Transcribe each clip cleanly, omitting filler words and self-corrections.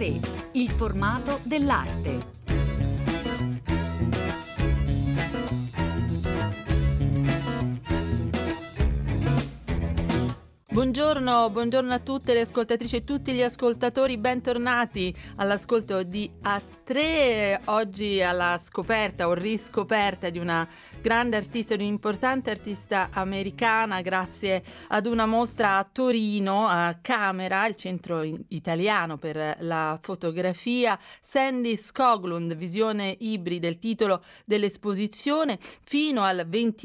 3. Il formato dell'arte. Buongiorno a tutte le ascoltatrici e tutti gli ascoltatori, bentornati all'ascolto di A3, oggi alla scoperta o riscoperta di una grande artista, di un'importante artista americana, grazie ad una mostra a Torino, a Camera, il centro italiano per la fotografia. Sandy Skoglund, visione ibrida, il titolo dell'esposizione. Fino al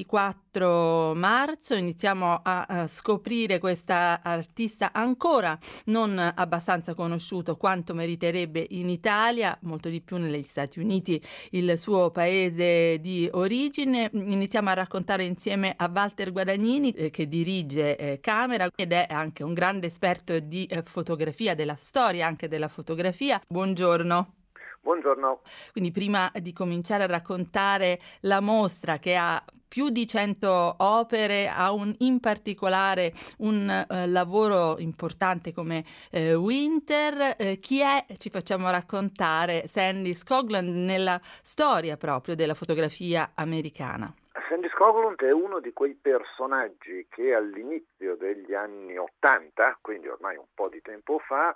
24 marzo iniziamo a scoprire questa artista ancora non abbastanza conosciuto quanto meriterebbe in Italia, molto di più negli Stati Uniti, il suo paese di origine. Iniziamo a raccontare insieme a Walter Guadagnini, che dirige Camera ed è anche un grande esperto di fotografia, della storia anche della fotografia. Buongiorno. Buongiorno. Quindi prima di cominciare a raccontare la mostra, che ha più di 100 opere, ha in particolare un lavoro importante come Winter, chi è? Ci facciamo raccontare Sandy Skoglund nella storia proprio della fotografia americana. Sandy Skoglund è uno di quei personaggi che all'inizio degli anni '80, quindi ormai un po' di tempo fa,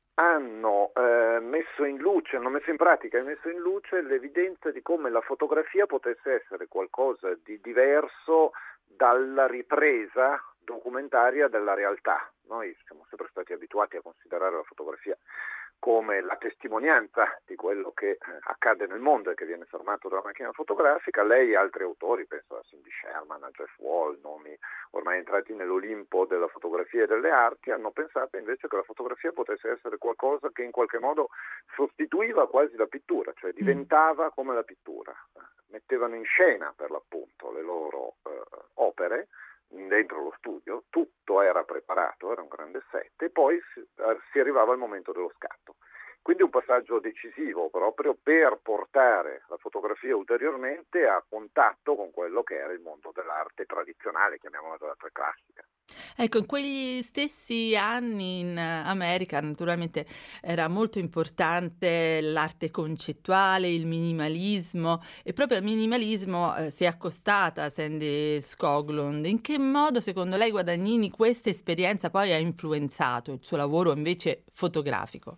hanno messo in pratica e messo in luce l'evidenza di come la fotografia potesse essere qualcosa di diverso dalla ripresa documentaria della realtà. Noi siamo sempre stati abituati a considerare la fotografia come la testimonianza di quello che accade nel mondo e che viene fermato dalla macchina fotografica. Lei e altri autori, penso a Cindy Sherman, a Jeff Wall, nomi ormai entrati nell'Olimpo della fotografia e delle arti, hanno pensato invece che la fotografia potesse essere qualcosa che in qualche modo sostituiva quasi la pittura, cioè diventava come la pittura. Mettevano in scena per l'appunto le loro opere dentro lo studio, tutto era preparato, era un grande set, e poi si arrivava al momento dello scatto. Quindi un passaggio decisivo proprio per portare la fotografia ulteriormente a contatto con quello che era il mondo dell'arte tradizionale, chiamiamola dell'arte classica. Ecco, in quegli stessi anni in America naturalmente era molto importante l'arte concettuale, il minimalismo, e proprio al minimalismo si è accostata Sandy Skoglund. In che modo secondo lei, Guadagnini, questa esperienza poi ha influenzato il suo lavoro invece fotografico?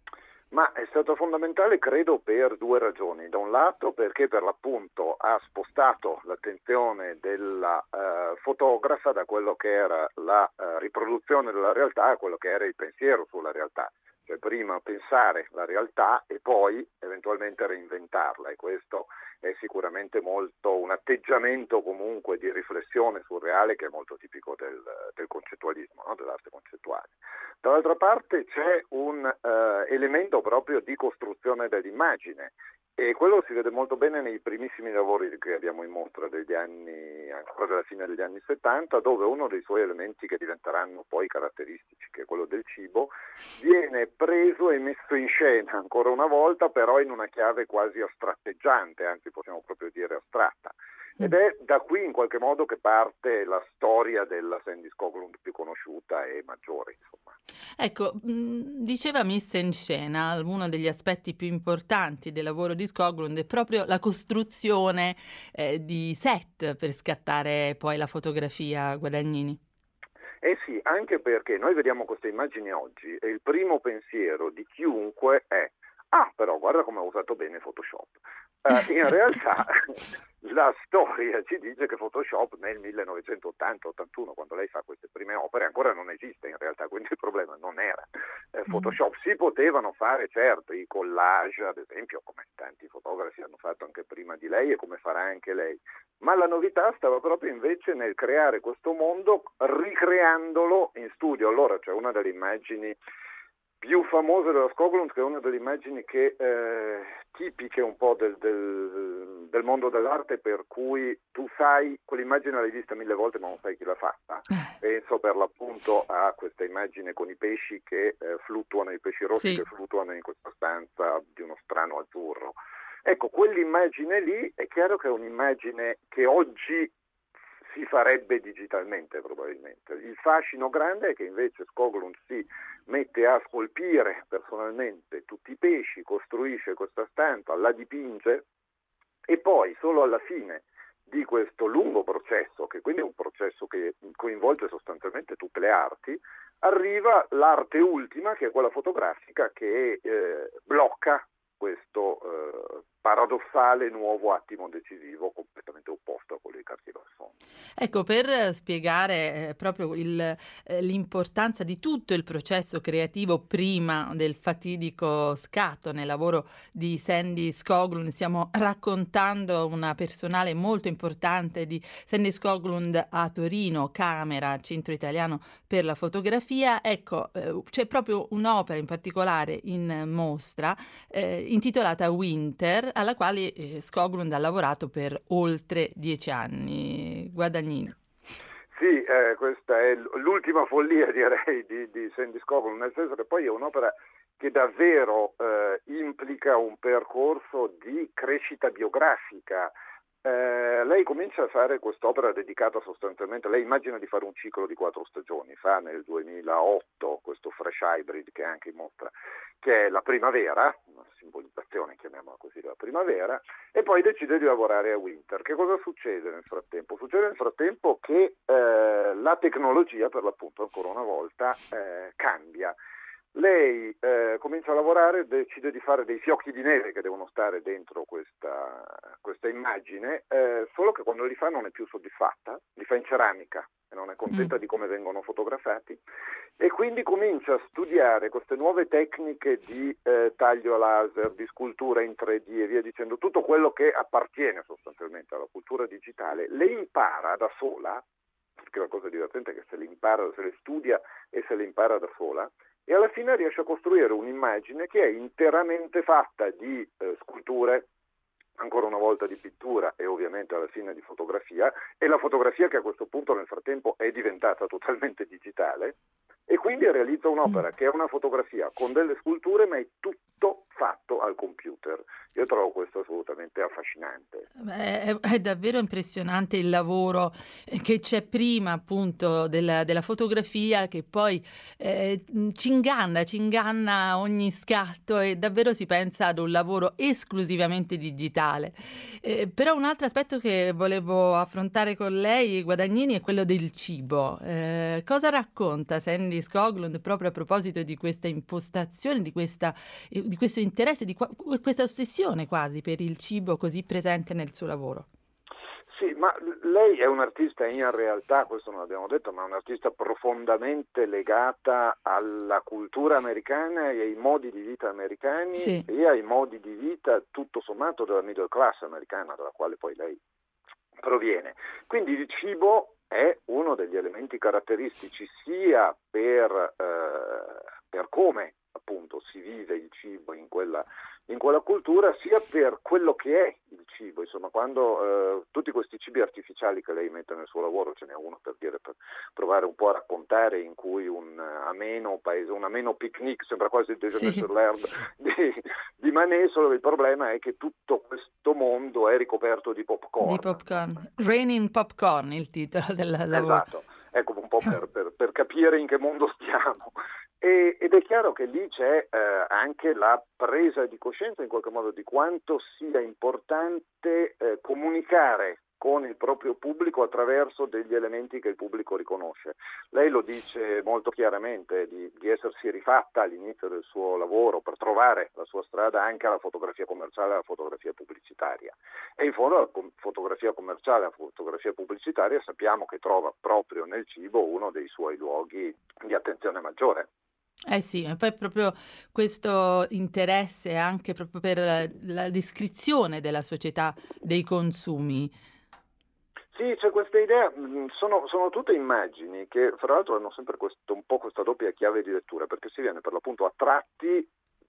Ma è stato fondamentale, credo, per due ragioni. Da un lato perché per l'appunto ha spostato l'attenzione della fotografa da quello che era la riproduzione della realtà a quello che era il pensiero sulla realtà. Cioè prima pensare la realtà e poi eventualmente reinventarla, e questo è sicuramente molto un atteggiamento comunque di riflessione sul reale che è molto tipico del concettualismo, no? Dell'arte concettuale. Dall'altra parte c'è un elemento proprio di costruzione dell'immagine, e quello si vede molto bene nei primissimi lavori che abbiamo in mostra degli anni, ancora della fine degli anni '70, dove uno dei suoi elementi che diventeranno poi caratteristici, che è quello del cibo, viene preso e messo in scena ancora una volta, però in una chiave quasi astratteggiante, anzi possiamo proprio dire astratta. Ed è da qui in qualche modo che parte la storia della Sandy Skoglund più conosciuta e maggiore, insomma. Ecco, diceva messa in scena, uno degli aspetti più importanti del lavoro di Skoglund è proprio la costruzione di set per scattare poi la fotografia, Guadagnini. Eh sì, anche perché noi vediamo queste immagini oggi e il primo pensiero di chiunque è: ah, però guarda come ha usato bene Photoshop. In realtà la storia ci dice che Photoshop nel 1980-81, quando lei fa queste prime opere, ancora non esiste in realtà, quindi il problema non era Photoshop. Si potevano fare certo i collage, ad esempio, come tanti fotografi hanno fatto anche prima di lei e come farà anche lei, ma la novità stava proprio invece nel creare questo mondo ricreandolo in studio. Allora c'è una delle immagini più famose della Skoglund, che è una delle immagini che tipiche un po' del mondo dell'arte, per cui tu sai, quell'immagine l'hai vista 1000 volte ma non sai chi l'ha fatta. Penso per l'appunto a questa immagine con i pesci che fluttuano, i pesci rossi, sì, che fluttuano in questa stanza di uno strano azzurro. Ecco, quell'immagine lì è chiaro che è un'immagine che oggi si farebbe digitalmente probabilmente. Il fascino grande è che invece Skoglund si mette a scolpire personalmente tutti i pesci, costruisce questa stampa, la dipinge e poi solo alla fine di questo lungo processo, che quindi è un processo che coinvolge sostanzialmente tutte le arti, arriva l'arte ultima, che è quella fotografica, che blocca questo paradossale nuovo attimo decisivo completamente opposto a quello di Cartier-Bresson. Ecco, per spiegare proprio l'importanza di tutto il processo creativo prima del fatidico scatto nel lavoro di Sandy Skoglund, stiamo raccontando una personale molto importante di Sandy Skoglund a Torino, Camera, Centro Italiano per la Fotografia. Ecco, c'è proprio un'opera in particolare in mostra intitolata Winter, alla quale Skoglund ha lavorato per oltre 10 anni. Guadagnini. Sì, questa è l'ultima follia, direi, di Sandy Skoglund, nel senso che poi è un'opera che davvero implica un percorso di crescita biografica. Lei comincia a fare quest'opera dedicata sostanzialmente, lei immagina di fare un ciclo di 4 stagioni, fa nel 2008 questo Fresh Hybrid che anche mostra, che è la primavera, una simbolizzazione, chiamiamola così, della primavera, e poi decide di lavorare a Winter. Che cosa succede nel frattempo? Succede nel frattempo che la tecnologia, per l'appunto, ancora una volta, cambia. Lei comincia a lavorare, decide di fare dei fiocchi di neve che devono stare dentro questa immagine, solo che quando li fa non è più soddisfatta, li fa in ceramica e non è contenta di come vengono fotografati, e quindi comincia a studiare queste nuove tecniche di taglio a laser, di scultura in 3D e via dicendo, tutto quello che appartiene sostanzialmente alla cultura digitale. Le impara da sola, perché la cosa divertente è che se le studia e se le impara da sola, e alla fine riesce a costruire un'immagine che è interamente fatta di sculture, ancora una volta di pittura e ovviamente alla fine di fotografia, e la fotografia che a questo punto nel frattempo è diventata totalmente digitale, e quindi realizza un'opera che è una fotografia con delle sculture, ma è tutto fatto al computer. Io trovo questo assolutamente affascinante. È davvero impressionante il lavoro che c'è prima appunto della fotografia, che poi ci inganna ogni scatto, e davvero si pensa ad un lavoro esclusivamente digitale. Però un altro aspetto che volevo affrontare con lei, Guadagnini, è quello del cibo. Cosa racconta Sandy Skoglund proprio a proposito di questa impostazione, di questo interesse, di questa ossessione quasi per il cibo così presente nel suo lavoro? Sì, ma lei è un'artista in realtà, questo non l'abbiamo detto, ma è un'artista profondamente legata alla cultura americana e ai modi di vita americani, sì, e ai modi di vita tutto sommato della middle class americana, dalla quale poi lei proviene. Quindi il cibo è uno degli elementi caratteristici sia per come appunto si vive il cibo in quella cultura, sia per quello che è il cibo. Insomma, quando tutti questi cibi artificiali che lei mette nel suo lavoro, ce n'è uno per provare un po' a raccontare, in cui un ameno picnic, sembra quasi il déjeuner sur l'herbe di Manet, solo il problema è che tutto questo mondo è ricoperto di popcorn. Di popcorn. Raining Popcorn, il titolo del lavoro. Esatto, ecco, un po' per capire in che mondo stiamo. Ed è chiaro che lì c'è anche la presa di coscienza in qualche modo di quanto sia importante comunicare con il proprio pubblico attraverso degli elementi che il pubblico riconosce. Lei lo dice molto chiaramente di essersi rifatta all'inizio del suo lavoro per trovare la sua strada anche alla fotografia commerciale e alla fotografia pubblicitaria. E in fondo la fotografia commerciale e la fotografia pubblicitaria sappiamo che trova proprio nel cibo uno dei suoi luoghi di attenzione maggiore. Eh sì, e poi proprio questo interesse anche proprio per la descrizione della società dei consumi. Sì, c'è questa idea, sono tutte immagini che fra l'altro hanno sempre un po' questa doppia chiave di lettura, perché si viene per l'appunto attratti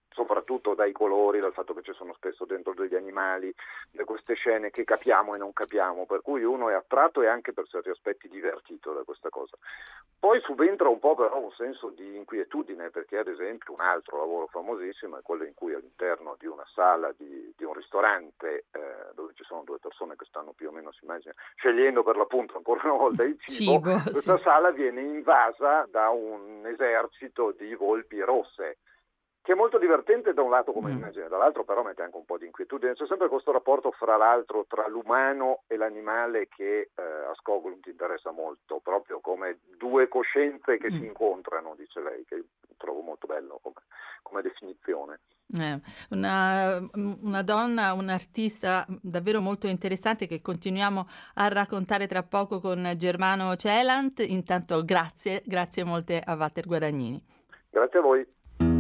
soprattutto dai colori, dal fatto che ci sono spesso dentro degli animali, da queste scene che capiamo e non capiamo, per cui uno è attratto e anche per certi aspetti divertito da questa cosa. Poi subentra un po' però un senso di inquietudine, perché ad esempio un altro lavoro famosissimo è quello in cui all'interno di una sala di un ristorante dove ci sono due persone che stanno più o meno, si immagina, scegliendo per l'appunto ancora una volta il cibo, questa sì. sala viene invasa da un esercito di volpi rosse, che è molto divertente da un lato come immagine, dall'altro però mette anche un po' di inquietudine. C'è sempre questo rapporto fra l'altro tra l'umano e l'animale che a Skoglund interessa molto, proprio come due coscienze che si incontrano, dice lei, che trovo molto bello come definizione. Una donna, un artista davvero molto interessante che continuiamo a raccontare tra poco con Germano Celant. Intanto grazie molte a Walter Guadagnini. Grazie a voi.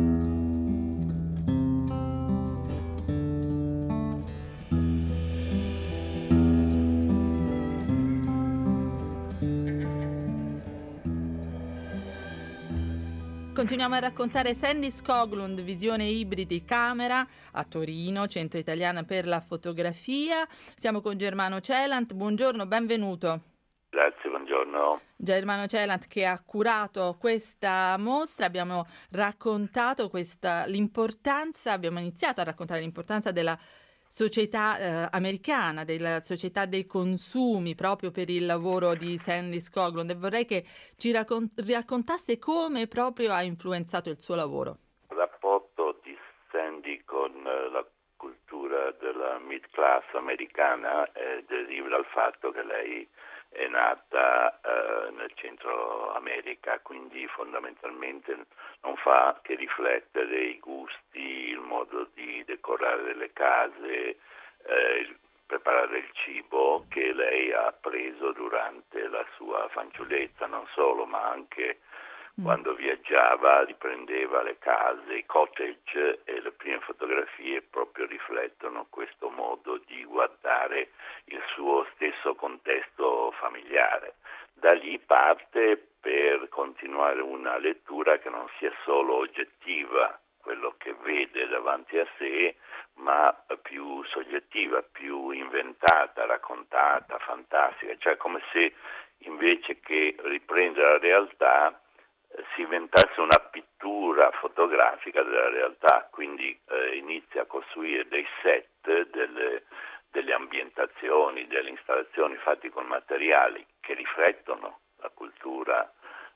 Continuiamo a raccontare Sandy Skoglund, visione ibridi camera a Torino, Centro Italiano per la Fotografia. Siamo con Germano Celant. Buongiorno, benvenuto. Grazie, buongiorno. Germano Celant che ha curato questa mostra, abbiamo raccontato l'importanza, abbiamo iniziato a raccontare l'importanza della società americana, della società dei consumi proprio per il lavoro di Sandy Skoglund, e vorrei che ci raccontasse come proprio ha influenzato il suo lavoro. Il rapporto di Sandy con la cultura della mid-class americana deriva dal fatto che lei è nata nel centro America, quindi fondamentalmente non fa che riflettere i gusti, il modo di decorare delle case, preparare il cibo che lei ha appreso durante la sua fanciullezza, non solo, ma anche quando viaggiava, riprendeva le case, i cottage, e le prime fotografie proprio riflettono questo modo di guardare il suo stesso contesto familiare. Da lì parte per continuare una lettura che non sia solo oggettiva, quello che vede davanti a sé, ma più soggettiva, più inventata, raccontata, fantastica, cioè come se invece che riprendere la realtà si inventasse una pittura fotografica della realtà, quindi inizia a costruire dei set, delle ambientazioni, delle installazioni fatti con materiali che riflettono la cultura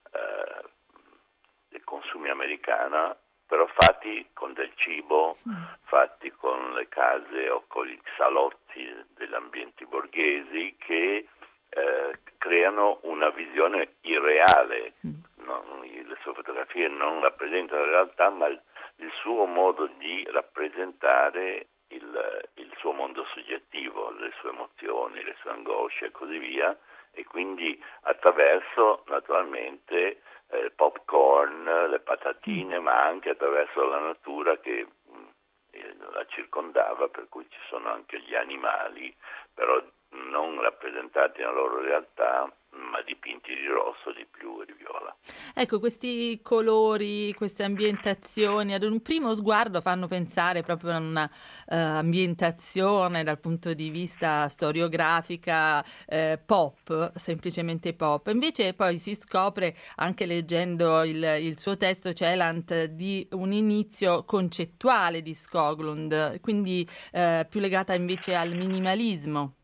dei consumi americana, però fatti con del cibo, fatti con le case o con i salotti degli ambienti borghesi che creano una visione irreale. Le sue fotografie non rappresentano la realtà, ma il suo modo di rappresentare il suo mondo soggettivo, le sue emozioni, le sue angosce e così via, e quindi attraverso naturalmente il popcorn, le patatine, ma anche attraverso la natura che la circondava, per cui ci sono anche gli animali, però non rappresentati nella loro realtà, ma dipinti di rosso, di blu e di viola. Ecco, questi colori, queste ambientazioni, ad un primo sguardo fanno pensare proprio a una ambientazione dal punto di vista storiografica pop, semplicemente pop. Invece poi si scopre, anche leggendo il suo testo, Celant, di un inizio concettuale di Skoglund, quindi più legata invece al minimalismo.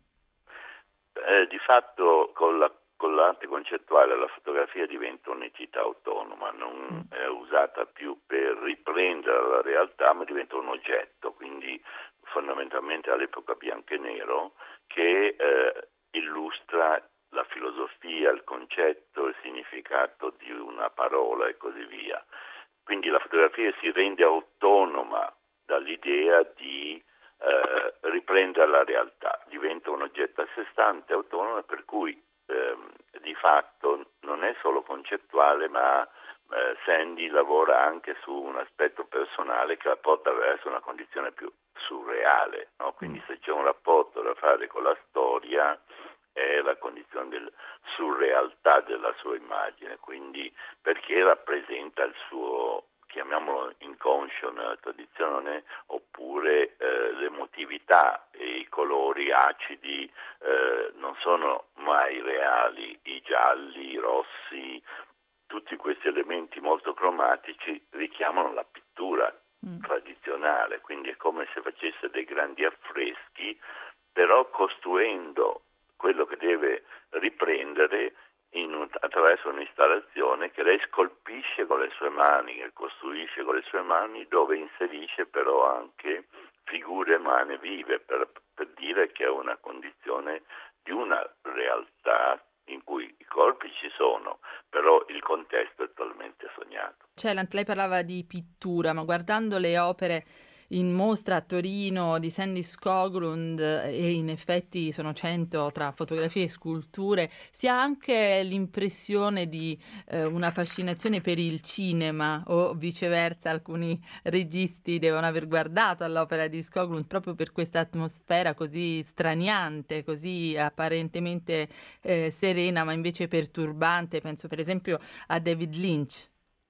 Di fatto con l'arte concettuale la fotografia diventa un'entità autonoma, non è usata più per riprendere la realtà, ma diventa un oggetto, quindi fondamentalmente all'epoca bianco e nero, che illustra la filosofia, il concetto, il significato di una parola e così via. Quindi la fotografia si rende autonoma dall'idea di riprendere la realtà, diventa un oggetto a sé stante, autonomo, per cui di fatto non è solo concettuale, ma Sandy lavora anche su un aspetto personale che la porta verso una condizione più surreale, no? Quindi se c'è un rapporto da fare con la storia è la condizione del surrealtà della sua immagine, quindi perché rappresenta il suo chiamiamolo inconscio nella tradizione, oppure l'emotività e i colori acidi non sono mai reali, i gialli, i rossi, tutti questi elementi molto cromatici richiamano la pittura tradizionale, quindi è come se facesse dei grandi affreschi, però costruendo quello che deve riprendere attraverso un'installazione che lei scolpisce con le sue mani, che costruisce con le sue mani, dove inserisce però anche figure umane vive, per dire che è una condizione di una realtà in cui i corpi ci sono, però il contesto è totalmente sognato. Celant, lei parlava di pittura, ma guardando le opere in mostra a Torino di Sandy Skoglund, e in effetti sono 100 tra fotografie e sculture, si ha anche l'impressione di una fascinazione per il cinema, o viceversa alcuni registi devono aver guardato all'opera di Skoglund proprio per questa atmosfera così straniante, così apparentemente serena ma invece perturbante. Penso per esempio a David Lynch.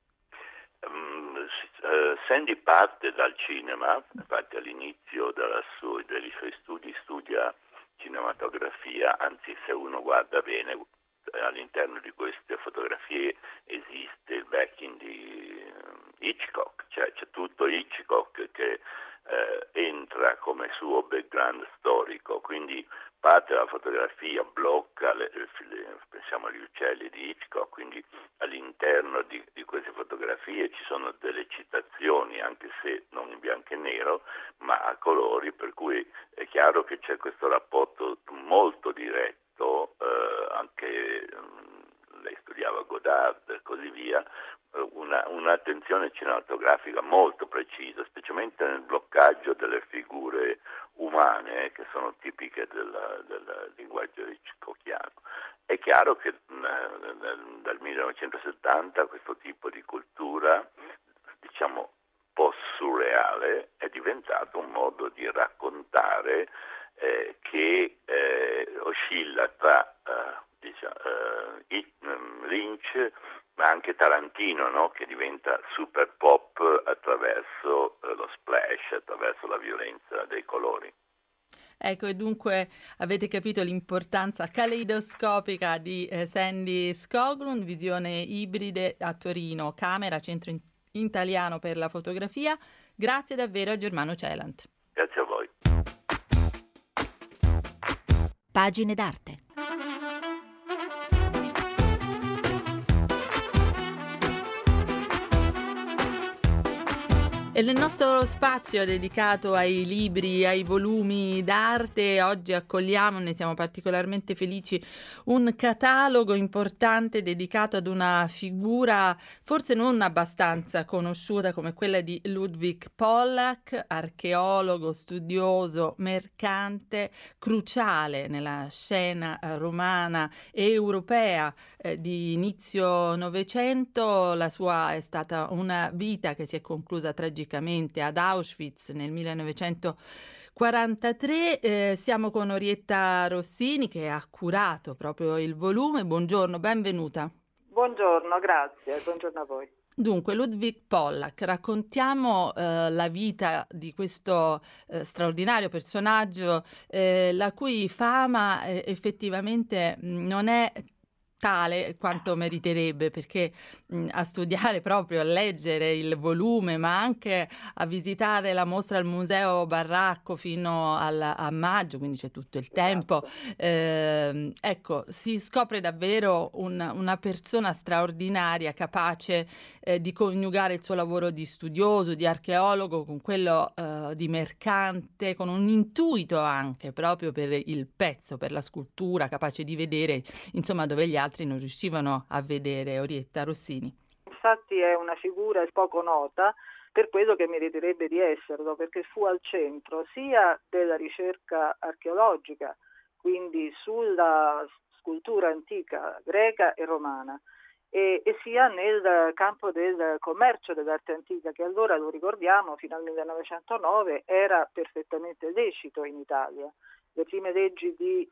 Sandy parte dal cinema, infatti all'inizio dei suoi studi studia cinematografia, anzi se uno guarda bene all'interno di queste fotografie esiste il backing di Hitchcock, cioè c'è tutto Hitchcock che entra come suo background storico, quindi parte dalla fotografia, blocca, pensiamo agli uccelli di Hitchcock, quindi all'interno di queste fotografie ci sono delle citazioni, anche se non in bianco e nero, ma a colori, per cui è chiaro che c'è questo rapporto molto diretto, anche lei studiava Godard e così via, un'attenzione cinematografica molto precisa, specialmente nel bloccaggio delle figure umane che sono tipiche del linguaggio hitchcockiano. È chiaro che dal 1970 questo tipo di cultura, diciamo post-surreale, è diventato un modo di raccontare che oscilla tra Lynch ma anche Tarantino, no? Che diventa super pop attraverso lo splash, attraverso la violenza dei colori. Ecco, e dunque avete capito l'importanza caleidoscopica di Sandy Skoglund, visione ibride a Torino, Camera, Centro Italiano per la Fotografia. Grazie davvero a Germano Celant. Grazie a voi. Pagine d'arte. E nel nostro spazio dedicato ai libri, ai volumi d'arte, oggi accogliamo, ne siamo particolarmente felici, un catalogo importante dedicato ad una figura forse non abbastanza conosciuta come quella di Ludwig Pollack, archeologo, studioso, mercante, cruciale nella scena romana e europea di inizio Novecento. La sua è stata una vita che si è conclusa tragicamente ad Auschwitz nel 1943. Siamo con Orietta Rossini che ha curato proprio il volume. Buongiorno, benvenuta. Buongiorno, grazie, buongiorno a voi. Dunque, Ludwig Pollack, raccontiamo la vita di questo straordinario personaggio, la cui fama effettivamente non è tale quanto meriterebbe, perché a studiare proprio, a leggere il volume, ma anche a visitare la mostra al Museo Barracco fino a maggio, quindi c'è tutto il tempo. Ecco, si scopre davvero una persona straordinaria, capace di coniugare il suo lavoro di studioso, di archeologo, con quello di mercante, con un intuito anche proprio per il pezzo, per la scultura, capace di vedere, insomma, dove gli altri non riuscivano a vedere. Orietta Rossini. Infatti è una figura poco nota per quello che meriterebbe di esserlo, perché fu al centro sia della ricerca archeologica, quindi sulla scultura antica greca e romana, e sia nel campo del commercio dell'arte antica, che allora, lo ricordiamo, fino al 1909 era perfettamente lecito in Italia. Le prime leggi di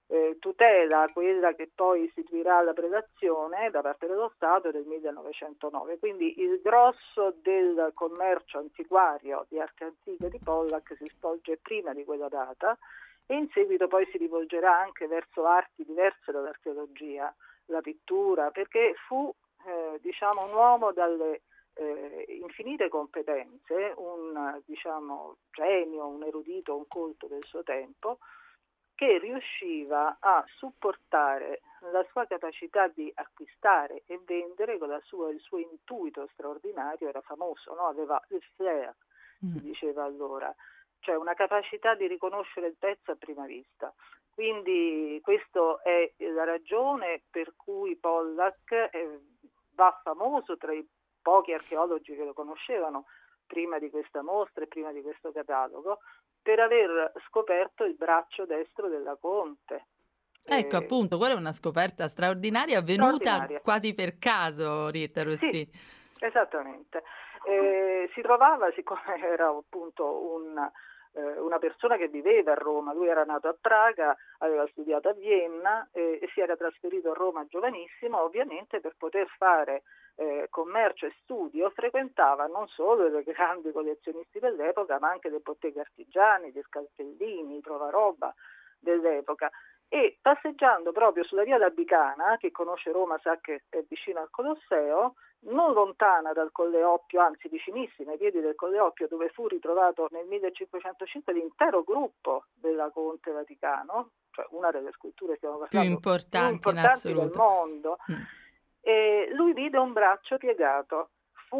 tutela quella che poi istituirà la predazione da parte dello Stato del 1909. Quindi il grosso del commercio antiquario di arte antica di Pollack si svolge prima di quella data e in seguito poi si rivolgerà anche verso arti diverse dall'archeologia, la pittura, perché fu un uomo dalle infinite competenze, un genio, un erudito, un colto del suo tempo, che riusciva a supportare la sua capacità di acquistare e vendere con il suo intuito straordinario. Era famoso, no? Aveva il flair, si diceva allora, cioè una capacità di riconoscere il pezzo a prima vista. Quindi questa è la ragione per cui Pollack va famoso tra i pochi archeologi che lo conoscevano prima di questa mostra e prima di questo catalogo, per aver scoperto il braccio destro della Conte. Ecco, appunto, quella è una scoperta straordinaria, avvenuta quasi per caso, Rita Rossi. Sì, esattamente. Si trovava, siccome era appunto una persona che viveva a Roma, lui era nato a Praga, aveva studiato a Vienna e si era trasferito a Roma giovanissimo, ovviamente per poter fare commercio e studio frequentava non solo i grandi collezionisti dell'epoca, ma anche le botteghe artigiane, gli scalpellini, i trovaroba dell'epoca. E passeggiando proprio sulla via da Bicana, chi conosce Roma sa che è vicino al Colosseo, non lontana dal Colle Oppio, anzi vicinissima ai piedi del Colle Oppio, dove fu ritrovato nel 1505 l'intero gruppo della Conte Vaticano, cioè una delle sculture, stiamo parlando, più importanti in del assoluto mondo. E lui vide un braccio piegato,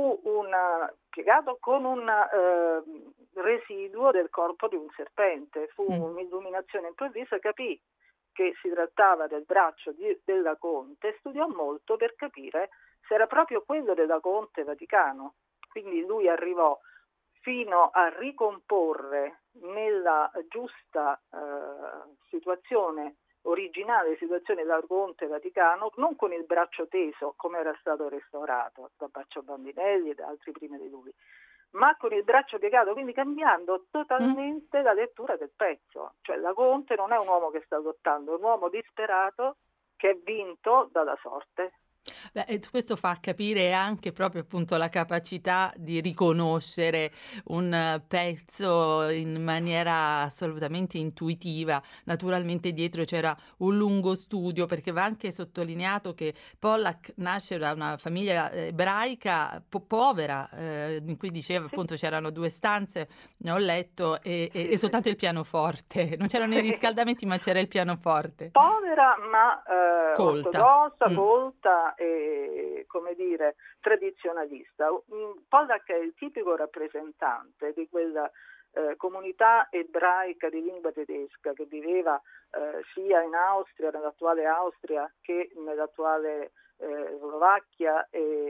piegato con un residuo del corpo di un serpente, fu un'illuminazione improvvisa, capì che si trattava del braccio della Conte, studiò molto per capire se era proprio quello della Conte Vaticano. Quindi lui arrivò fino a ricomporre nella giusta situazione originale, situazione della Conte Vaticano, non con il braccio teso come era stato restaurato da Baccio Bambinelli e da altri prima di lui, ma con il braccio piegato, quindi cambiando totalmente la lettura del pezzo. Cioè la Conte non è un uomo che sta lottando, è un uomo disperato che è vinto dalla sorte. Beh, questo fa capire anche proprio appunto la capacità di riconoscere un pezzo in maniera assolutamente intuitiva. Naturalmente dietro c'era un lungo studio, perché va anche sottolineato che Pollack nasce da una famiglia ebraica povera, in cui diceva appunto c'erano 2 stanze, ne ho letto, e soltanto il pianoforte. Non c'erano i riscaldamenti, ma c'era il pianoforte. Povera ma ortodossa, colta e, come dire, tradizionalista. Pollack è il tipico rappresentante di quella comunità ebraica di lingua tedesca che viveva sia in Austria, nell'attuale Austria, che nell'attuale Slovacchia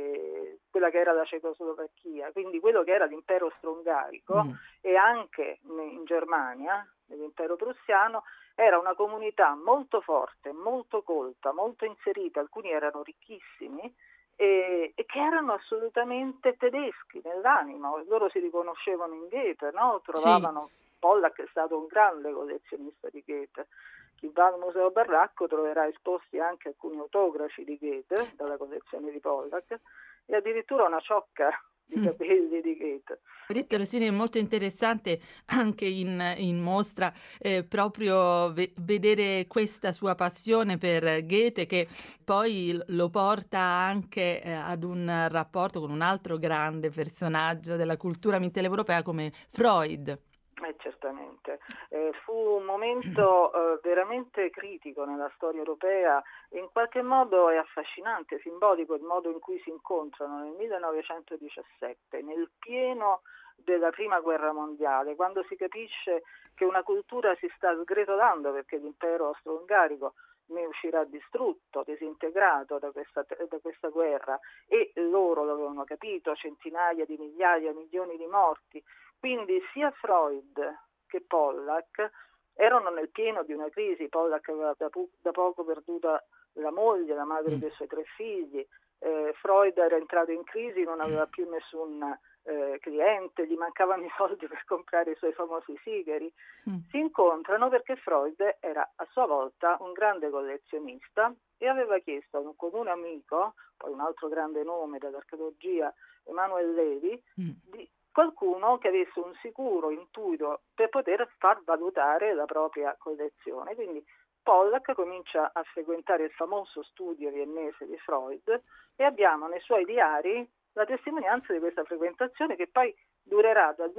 e quella che era la Cecoslovacchia, quindi quello che era l'impero austro-ungarico, e anche in Germania, nell'impero prussiano. Era una comunità molto forte, molto colta, molto inserita, alcuni erano ricchissimi e che erano assolutamente tedeschi nell'anima, loro si riconoscevano in Goethe, no? Trovavano, Pollack è stato un grande collezionista di Goethe. Chi va al Museo Barracco troverà esposti anche alcuni autografi di Goethe dalla collezione di Pollack e addirittura una ciocca di capelli di Goethe. Rita Rossini, è molto interessante anche in mostra proprio vedere questa sua passione per Goethe, che poi lo porta anche ad un rapporto con un altro grande personaggio della cultura mitteleuropea come Freud. Certamente. Fu un momento veramente critico nella storia europea e in qualche modo è affascinante, simbolico il modo in cui si incontrano nel 1917, nel pieno della Prima Guerra Mondiale, quando si capisce che una cultura si sta sgretolando perché l'impero austro-ungarico ne uscirà distrutto, disintegrato da questa guerra, e loro lo avevano capito, centinaia di migliaia, milioni di morti. Quindi sia Freud che Pollack erano nel pieno di una crisi. Pollack aveva da poco perduto la moglie, la madre dei suoi 3 figli. Freud Freud era entrato in crisi, non aveva più nessun cliente, gli mancavano i soldi per comprare i suoi famosi sigari. Si incontrano perché Freud era a sua volta un grande collezionista e aveva chiesto a un comune amico, poi un altro grande nome dell'archeologia, Emanuele Levi, di qualcuno che avesse un sicuro intuito per poter far valutare la propria collezione. Quindi Pollack comincia a frequentare il famoso studio viennese di Freud e abbiamo nei suoi diari la testimonianza di questa frequentazione, che poi durerà dal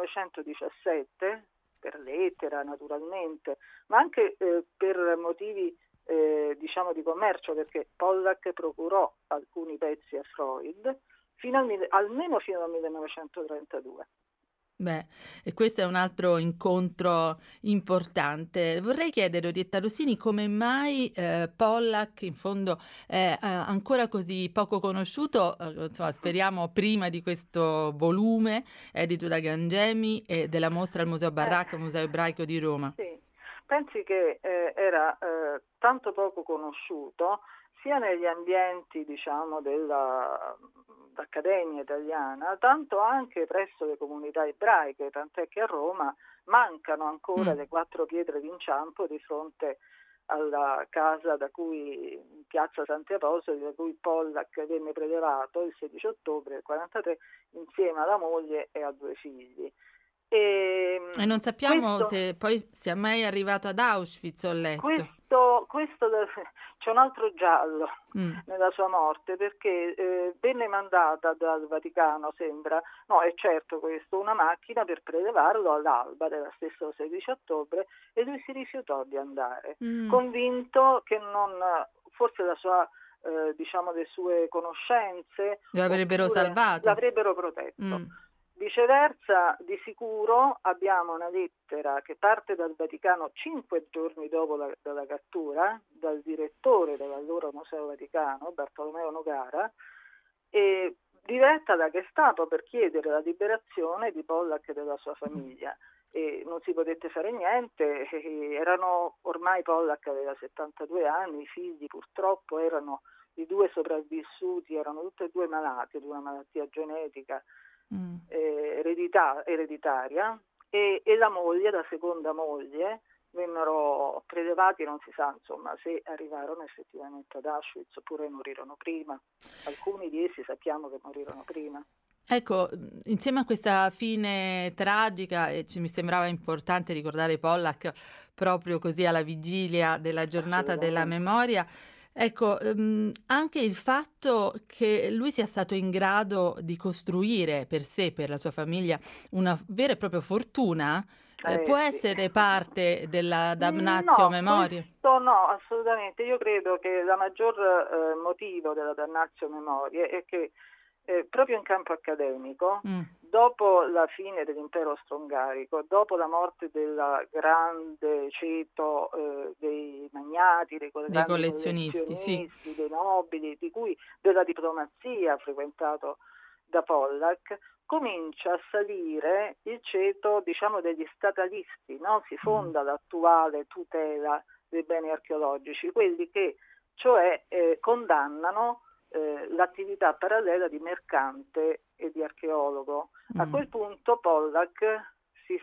1917, per lettera naturalmente, ma anche per motivi diciamo di commercio, perché Pollack procurò alcuni pezzi a Freud almeno fino al 1932. Beh, e questo è un altro incontro importante. Vorrei chiedere, Orietta Rossini, come mai Pollack in fondo è ancora così poco conosciuto, insomma, speriamo prima di questo volume edito da Gangemi e della mostra al Museo Baracca, Museo Ebraico di Roma. Sì, pensi che era tanto poco conosciuto sia negli ambienti, diciamo, dell'Accademia italiana, tanto anche presso le comunità ebraiche, tant'è che a Roma mancano ancora le 4 pietre d'inciampo di fronte alla casa in piazza Santi Apostoli, da cui Pollack venne prelevato il 16 ottobre del 1943 insieme alla moglie e a 2 figli. E non sappiamo se poi sia mai arrivato ad Auschwitz, ho letto. Questo c'è un altro giallo nella sua morte, perché venne mandata dal Vaticano, sembra, no, è certo questo, una macchina per prelevarlo all'alba dello stesso 16 ottobre e lui si rifiutò di andare, convinto che forse la sua diciamo le sue conoscenze l'avrebbero salvato, l'avrebbero protetto. Viceversa, di sicuro abbiamo una lettera che parte dal Vaticano 5 giorni dopo la cattura, dal direttore dell'allora Museo Vaticano, Bartolomeo Nogara, e diretta da Gestapo per chiedere la liberazione di Pollack e della sua famiglia. E non si potette fare niente, ormai Pollack aveva 72 anni, i figli purtroppo erano i 2 sopravvissuti, erano tutti e 2 malati di una malattia genetica ereditaria, e la moglie, la seconda moglie, vennero prelevati, non si sa insomma se arrivarono effettivamente ad Auschwitz oppure morirono prima. Alcuni di essi sappiamo che morirono prima. Ecco, insieme a questa fine tragica, mi sembrava importante ricordare Pollack proprio così alla vigilia della giornata della memoria. Ecco, anche il fatto che lui sia stato in grado di costruire per sé, per la sua famiglia, una vera e propria fortuna, può essere parte della damnatio memoriae? No, assolutamente. Io credo che la maggior motivo della damnatio memoriae è che proprio in campo accademico, dopo la fine dell'impero austro-ungarico, dopo la morte del grande ceto dei magnati, dei collezionisti, sì, dei nobili, della diplomazia frequentato da Pollack, comincia a salire il ceto, diciamo, degli statalisti, no? Si fonda l'attuale tutela dei beni archeologici, quelli che cioè condannano l'attività parallela di mercante e di archeologo. A quel punto Pollack si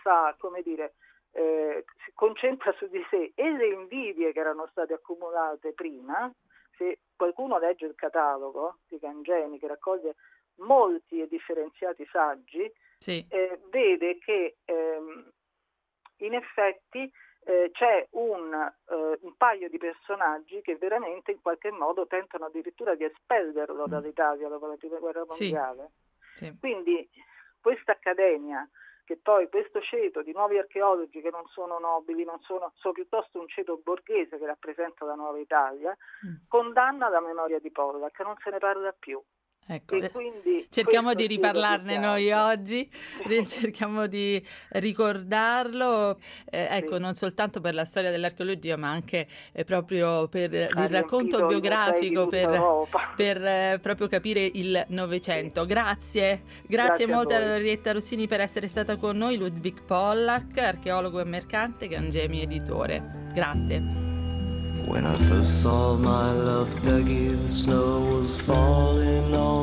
concentra su di sé e le invidie che erano state accumulate prima. Se qualcuno legge il catalogo di Gangemi, che raccoglie molti e differenziati saggi, vede che in effetti c'è un paio di personaggi che veramente in qualche modo tentano addirittura di espellerlo dall'Italia dopo la Prima Guerra Mondiale. Quindi questa accademia, che poi questo ceto di nuovi archeologi che non sono nobili, sono piuttosto un ceto borghese che rappresenta la nuova Italia, condanna la memoria di Pollack, non se ne parla più. Ecco, cerchiamo di riparlarne noi oggi, cerchiamo di ricordarlo, ecco, non soltanto per la storia dell'archeologia, ma anche proprio per il racconto biografico, per proprio capire il Novecento. Grazie molto a Orietta Rossini per essere stata con noi, Ludwig Pollack, archeologo e mercante, Gangemi editore. Grazie. When I first saw my love, Peggy, the snow was falling on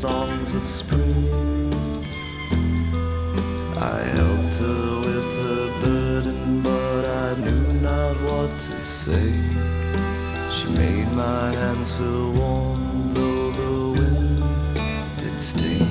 songs of spring. I helped her with her burden, but I knew not what to say. She made my hands feel warm, though the wind did sting.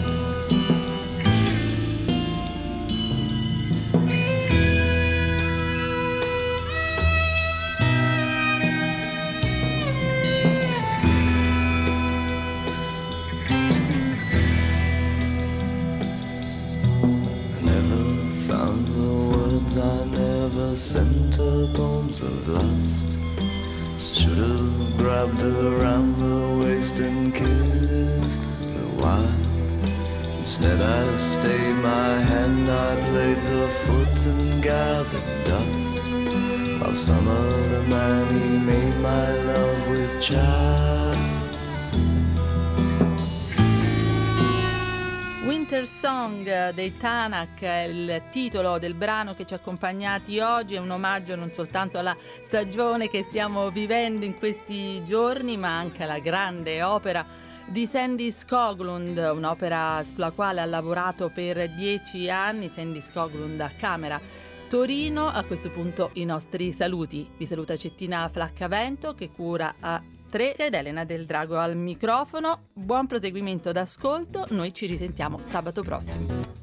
Sent her poems of lust. Should have grabbed her around the waist and kissed her while. Instead I stayed my hand, I played the foot and gathered dust. While some other man, he made my love with child. Winter Song dei Tanak è il titolo del brano che ci ha accompagnati oggi, è un omaggio non soltanto alla stagione che stiamo vivendo in questi giorni, ma anche alla grande opera di Sandy Skoglund, un'opera sulla quale ha lavorato per 10 anni. Sandy Skoglund a Camera Torino. A questo punto i nostri saluti. Vi saluta Cettina Flaccavento che cura a 3 ed Elena Del Drago al microfono. Buon proseguimento d'ascolto, noi ci risentiamo sabato prossimo.